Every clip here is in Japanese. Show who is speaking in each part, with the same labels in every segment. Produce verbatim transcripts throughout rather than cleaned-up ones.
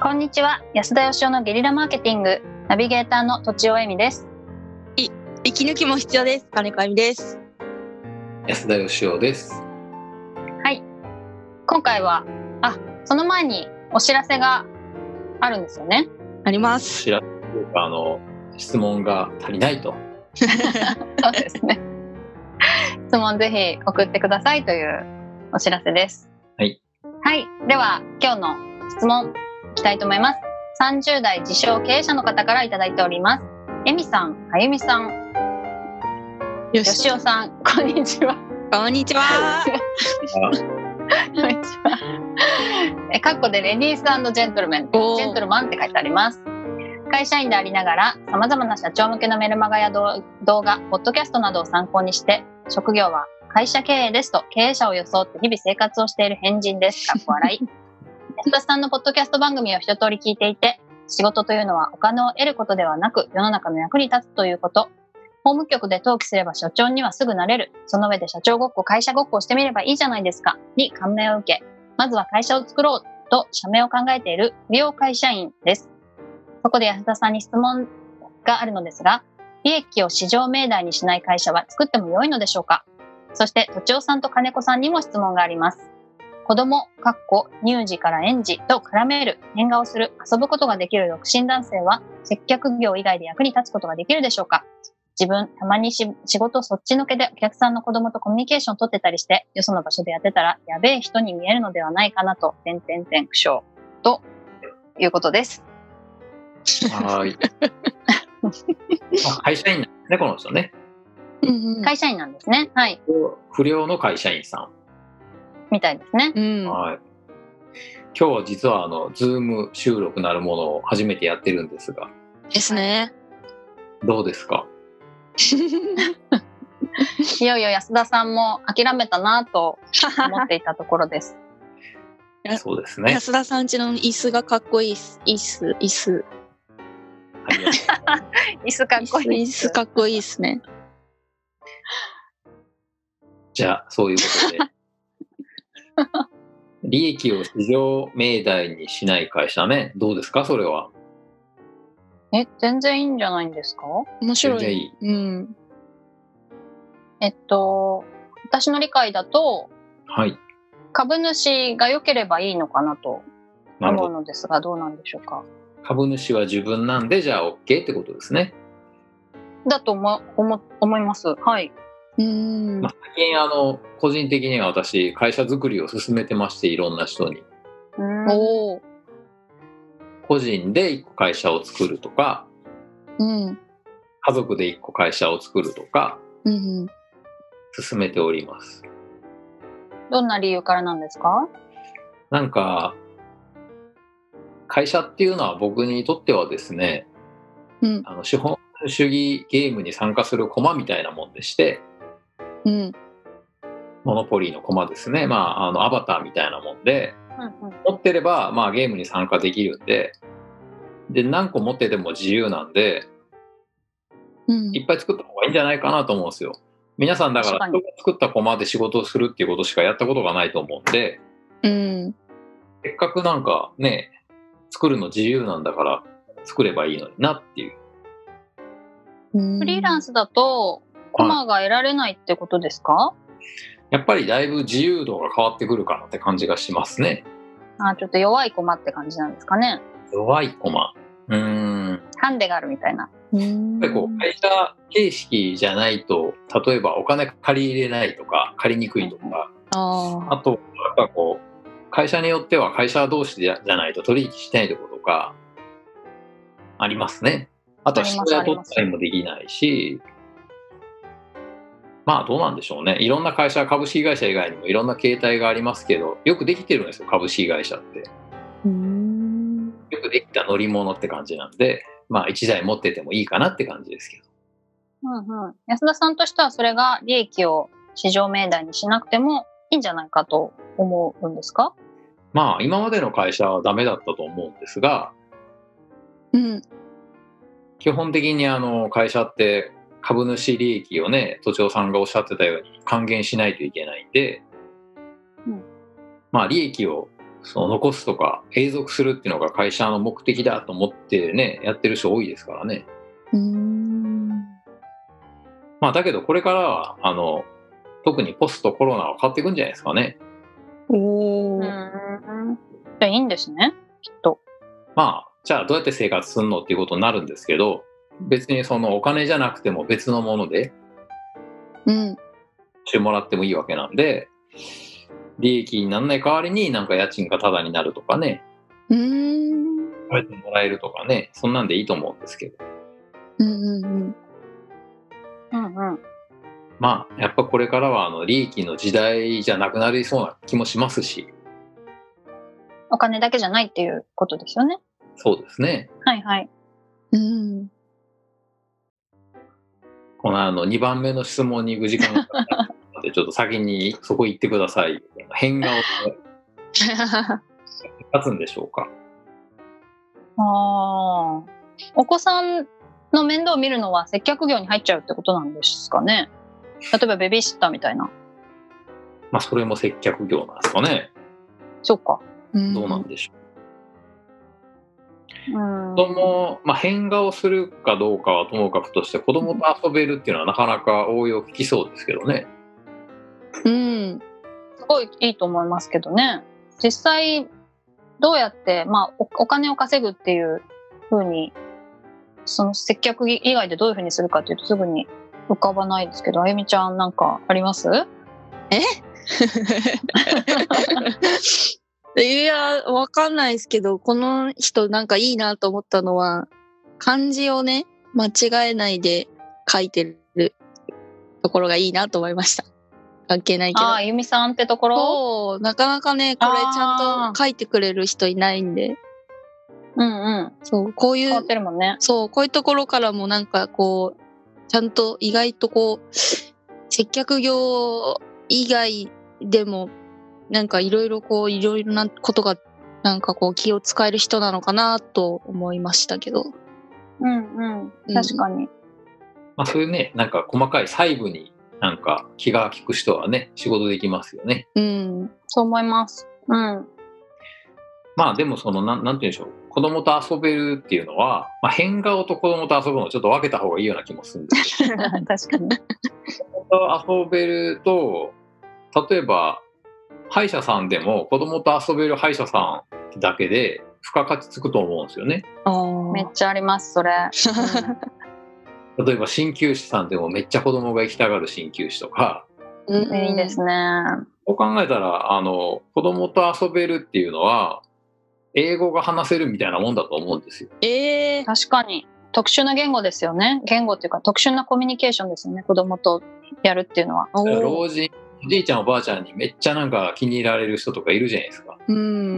Speaker 1: こんにちは。安田義雄のゲリラマーケティングナビゲーターのとちおえみです。
Speaker 2: い息抜きも必要です。金子あみです。
Speaker 3: 安田義雄です。
Speaker 1: はい。今回はあその前にお知らせがあるんですよね。
Speaker 2: あります。
Speaker 3: お知らせというかあの質問が足りないと。
Speaker 1: そうですね。質問ぜひ送ってくださいというお知らせです。
Speaker 3: はい。
Speaker 1: はい。では今日の質問いきたいと思います。さんじゅう代自称経営者の方からいただいております。えみさん、あゆみさん、よしおさん、こんにちは。
Speaker 2: こんにちは。
Speaker 1: こんにちは。え、カッコでレディース&ジェントルメン、ジェントルマンって書いてあります。会社員でありながら、様々な社長向けのメルマガや動画、ポッドキャストなどを参考にして、職業は会社経営ですと経営者を装って日々生活をしている変人です。かっこ笑い。安田さんのポッドキャスト番組を一通り聞いていて、仕事というのはお金を得ることではなく世の中の役に立つということ、法務局で登記すれば所長にはすぐなれる、その上で社長ごっこ会社ごっこをしてみればいいじゃないですかに感銘を受け、まずは会社を作ろうと社名を考えている不良会社員です。そこで安田さんに質問があるのですが、利益を市場命題にしない会社は作っても良いのでしょうか。そしてとちおさんと金子さんにも質問があります。子供、かっこ乳児から園児と絡める、変顔する、遊ぶことができる独身男性は接客業以外で役に立つことができるでしょうか。自分、たまにし仕事そっちのけでお客さんの子供とコミュニケーションを取ってたりして、よその場所でやってたらやべえ人に見えるのではないかなと、点々点苦笑ということです。
Speaker 3: はい。会社員なんですね、この人ね。
Speaker 1: 会社員なんですね。はい。
Speaker 3: 不良の会社員さん。
Speaker 1: みたいですね。
Speaker 2: うん、
Speaker 3: はい。今日は実はあのズーム収録なるものを初めてやってるんですが。
Speaker 2: ですね。
Speaker 3: どうですか。
Speaker 1: いよいよ安田さんも諦めたなと思っていたところです。
Speaker 3: そうですね。
Speaker 2: 安田さんちの椅子がかっこいいっす。椅子、椅子。
Speaker 1: 椅子かっこいい。
Speaker 2: 椅子かっこいいっすね。
Speaker 3: じゃあそういうことで。利益を市場命題にしない会社ね。どうですかそれは。
Speaker 1: え、全然いいんじゃないんですか。
Speaker 2: 面白い。
Speaker 3: 全然いい。
Speaker 2: うん。
Speaker 1: えっと私の理解だと、
Speaker 3: はい。
Speaker 1: 株主が良ければいいのかなと思うのですが、どうなんでしょうか。
Speaker 3: 株主は自分なんでじゃあ OK ってことですね。
Speaker 1: だと思思思います。はい。
Speaker 2: うん。
Speaker 3: まあ、最近あの個人的には私会社作りを進めてまして、いろんな人に。
Speaker 1: うん
Speaker 2: おー。
Speaker 3: 個人でいっこ会社を作るとか、
Speaker 2: うん。
Speaker 3: 家族でいっこ会社を作るとか
Speaker 2: うん。
Speaker 3: 進めております。
Speaker 1: どんな理由からなんですか。
Speaker 3: なんか会社っていうのは僕にとってはですね、
Speaker 2: うん。
Speaker 3: あの資本主義ゲームに参加する駒みたいなもんでして、
Speaker 2: うん。
Speaker 3: モノポリーの駒ですね。まあ、あのアバターみたいなもんで、
Speaker 1: うんうん、
Speaker 3: 持ってれば、まあ、ゲームに参加できるんで、で何個持ってても自由なんで、
Speaker 2: うん、
Speaker 3: いっぱい作った方がいいんじゃないかなと思うんですよ。皆さんだから人が作った駒で仕事をするっていうことしかやったことがないと思うんで、
Speaker 2: うん、
Speaker 3: せっかくなんかね、作るの自由なんだから作ればいいのになっていう。
Speaker 1: フリーランスだと駒が得られないってことですか。
Speaker 3: やっぱりだいぶ自由度が変わってくるかなって感じがしますね。
Speaker 1: あ、ちょっと弱い駒って感じなんですかね。
Speaker 3: 弱い駒。うーん。
Speaker 1: ハンデがあるみたいな。
Speaker 2: う
Speaker 3: やっぱりこう会社形式じゃないと、例えばお金借り入れないとか借りにくいとか、
Speaker 2: あ
Speaker 3: あとやっぱこう会社によっては会社同士じゃないと取引しないところとかありますね。あとは人雇ったりもできないし、まあどうなんでしょうね。いろんな会社、株式会社以外にもいろんな形態がありますけど、よくできてるんですよ、株式会社って。
Speaker 2: うーん。
Speaker 3: よくできた乗り物って感じなんで、まあいちだい持っててもいいかなって感じですけど。
Speaker 1: うんうん、安田さんとしてはそれが利益を市場命題にしなくてもいいんじゃないかと思うんですか。
Speaker 3: まあ今までの会社はダメだったと思うんですが、
Speaker 2: うん、
Speaker 3: 基本的にあの会社って株主利益をね、都庁さんがおっしゃってたように還元しないといけないんで、
Speaker 1: うん、
Speaker 3: まあ利益をその残すとか永続するっていうのが会社の目的だと思ってねやってる人多いですからね。
Speaker 2: うーん。
Speaker 3: まあだけどこれからはあの特にポストコロナは変わっていくんじゃないですかね。
Speaker 2: おー。
Speaker 1: うん。じゃあいいんですね、きっと。
Speaker 3: まあじゃあどうやって生活するのっていうことになるんですけど、別にそのお金じゃなくても別のもので
Speaker 2: うん。
Speaker 3: してもらってもいいわけなんで、利益にならない代わりになんか家賃がタダになるとかね、
Speaker 2: うーん。
Speaker 3: 食べてもらえるとかね、そんなんでいいと思うんですけど、
Speaker 2: うんうんうん。
Speaker 1: うんうん。
Speaker 3: まあやっぱこれからはあの利益の時代じゃなくなりそうな気もしますし。
Speaker 1: お金だけじゃないっていうことですよね。
Speaker 3: そうですね。
Speaker 1: はいはい。
Speaker 2: うん。
Speaker 3: このあのにばんめの質問に行く時間がかかったのでちょっと先にそこ行ってください。変顔で立つんでしょうか。
Speaker 1: ああ。お子さんの面倒を見るのは接客業に入っちゃうってことなんですかね。例えばベビーシッターみたいな。
Speaker 3: まあそれも接客業なんですかね。
Speaker 1: そうか。
Speaker 3: どうなんでしょう。
Speaker 1: うん。
Speaker 3: 子供、まあ、変顔するかどうかはともかくとして子供と遊べるっていうのはなかなか応用効きそうですけどね。
Speaker 2: うん。
Speaker 1: すごいいいと思いますけどね。実際どうやって、まあ、お、お金を稼ぐっていう風にその接客以外でどういう風にするかっていうとすぐに浮かばないですけど、あゆみちゃんなんかあります？
Speaker 2: いや、わかんないですけど、この人なんかいいなと思ったのは、漢字をね、間違えないで書いてるところがいいなと思いました。関係ないけど。
Speaker 1: ああ、ゆみさんってところ？
Speaker 2: そう、なかなかね、これちゃんと書いてくれる人いないんで。
Speaker 1: うんうん。
Speaker 2: そう、こういう
Speaker 1: 変わっ、てるもんね。
Speaker 2: そう、こういうところからもなんかこう、ちゃんと意外とこう、接客業以外でも、なんかいろいろこう、いろいろなことが、なんかこう気を使える人なのかなと思いましたけど。
Speaker 1: うんうん。確かに。
Speaker 3: まあ、そういうね、なんか細かい細部になんか気が利く人はね、仕事できますよね。
Speaker 2: うん。
Speaker 1: そう思います。うん。
Speaker 3: まあでもその、なん、なんて言うんでしょう。子供と遊べるっていうのは、まあ、変顔と子供と遊ぶのをちょっと分けた方がいいような気もするんですよ。
Speaker 1: 確かに。
Speaker 3: 子供と遊べると、例えば、歯医者さんでも子供と遊べる歯医者さんだけで付加価値つくと思うんですよね。
Speaker 1: めっちゃありますそれ。
Speaker 3: 例えば鍼灸師さんでもめっちゃ子供が行きたがる鍼灸師とか、
Speaker 2: うん、
Speaker 1: うん、いいですね。
Speaker 3: そう考えたらあの子供と遊べるっていうのは英語が話せるみたいなもんだと思うんですよ。
Speaker 2: えー、
Speaker 1: 確かに特殊な言語ですよね。言語っていうか特殊なコミュニケーションですよね。子供とやるっていうのは。
Speaker 3: 老人、おじいちゃんおばあちゃんにめっちゃなんか気に入られる人とかいるじゃないですか。
Speaker 2: うん。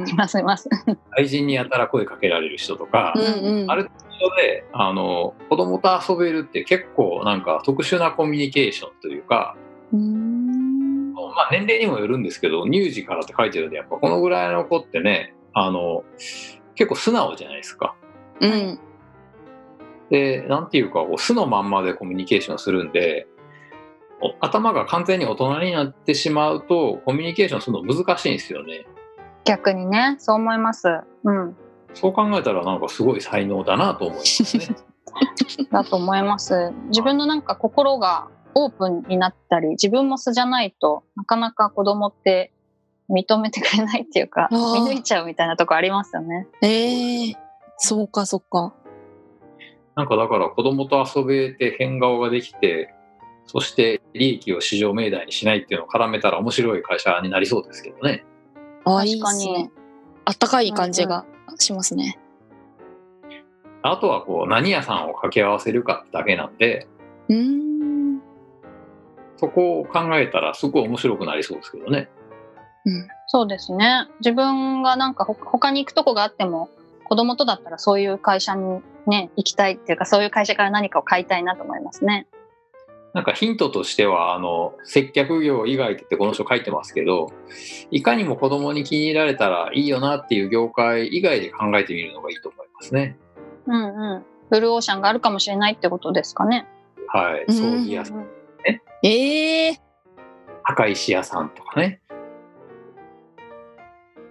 Speaker 1: いますいます。
Speaker 3: 愛人にやたら声かけられる人とか、
Speaker 2: うんうん、
Speaker 3: ある程度であの子供と遊べるって結構なんか特殊なコミュニケーションというか、
Speaker 2: うーん、
Speaker 3: まあ、年齢にもよるんですけど乳児からって書いてるんでやっぱこのぐらいの子ってねあの結構素直じゃないですか。
Speaker 2: うん、
Speaker 3: でなんていうかこう素のまんまでコミュニケーションするんで頭が完全に大人になってしまうとコミュニケーションするの難しいんですよね。
Speaker 1: 逆にね、そう思います。うん。
Speaker 3: そう考えたらなんかすごい才能だなと思いますね。
Speaker 1: だと思います。自分のなんか心がオープンになったり、自分も素じゃないとなかなか子供って認めてくれないっていうか、見抜いちゃうみたいなとこありますよね。
Speaker 2: えー、そうかそうか。
Speaker 3: なんかだから子供と遊べて変顔ができて、そして利益を市場命題にしないっていうのを絡めたら面白い会社になりそうですけどね。
Speaker 2: あ、いい
Speaker 1: 確かに。
Speaker 2: ですね。あったかい感じがしますね。
Speaker 3: あとはこう何屋さんを掛け合わせるかだけなんで、
Speaker 2: うーん、
Speaker 3: そこを考えたらすごい面白くなりそうですけどね。
Speaker 2: うん、
Speaker 1: そうですね。自分がなんかほ他に行くとこがあっても、子供とだったらそういう会社にね、行きたいっていうか、そういう会社から何かを買いたいなと思いますね。
Speaker 3: なんかヒントとしてはあの接客業以外ってこの人書いてますけど、いかにも子供に気に入られたらいいよなっていう業界以外で考えてみるのがいいと思いますね。
Speaker 1: うんうん。ブルーオーシャンがあるかもしれないってことですかね。
Speaker 3: はい、葬儀屋さん、
Speaker 1: うん
Speaker 2: えー、
Speaker 3: 墓石屋さんとかね。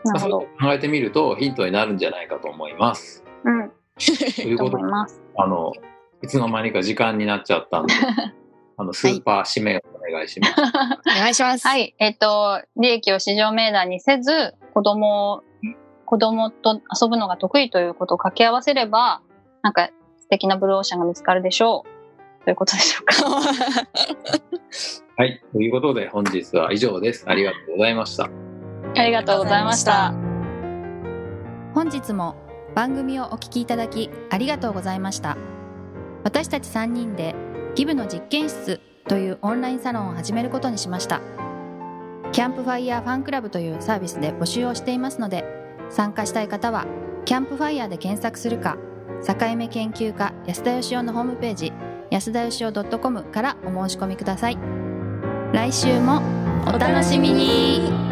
Speaker 1: なるほど。
Speaker 3: 考えてみるとヒントになるんじゃないかと思います。
Speaker 1: うん。
Speaker 3: ということで、あのいつの間にか時間になっちゃったんで、あのスーパー締めをお願いします。
Speaker 2: お願いします。
Speaker 1: はい、えっと利益を市場命題にせず、子供子供と遊ぶのが得意ということを掛け合わせれば、なんか素敵なブルーオーシャンが見つかるでしょうということでしょうか。
Speaker 3: はい、ということで本日は以上です。ありがとうございました。
Speaker 1: ありがとうございました。
Speaker 4: 本日も番組をお聞きいただきありがとうございました。私たちさんにんでギブの実験室というオンラインサロンを始めることにしました。キャンプファイヤーファンクラブというサービスで募集をしていますので、参加したい方はキャンプファイヤーで検索するか、境目研究家安田義雄のホームページ安田義雄 .com からお申し込みください。来週もお楽しみに。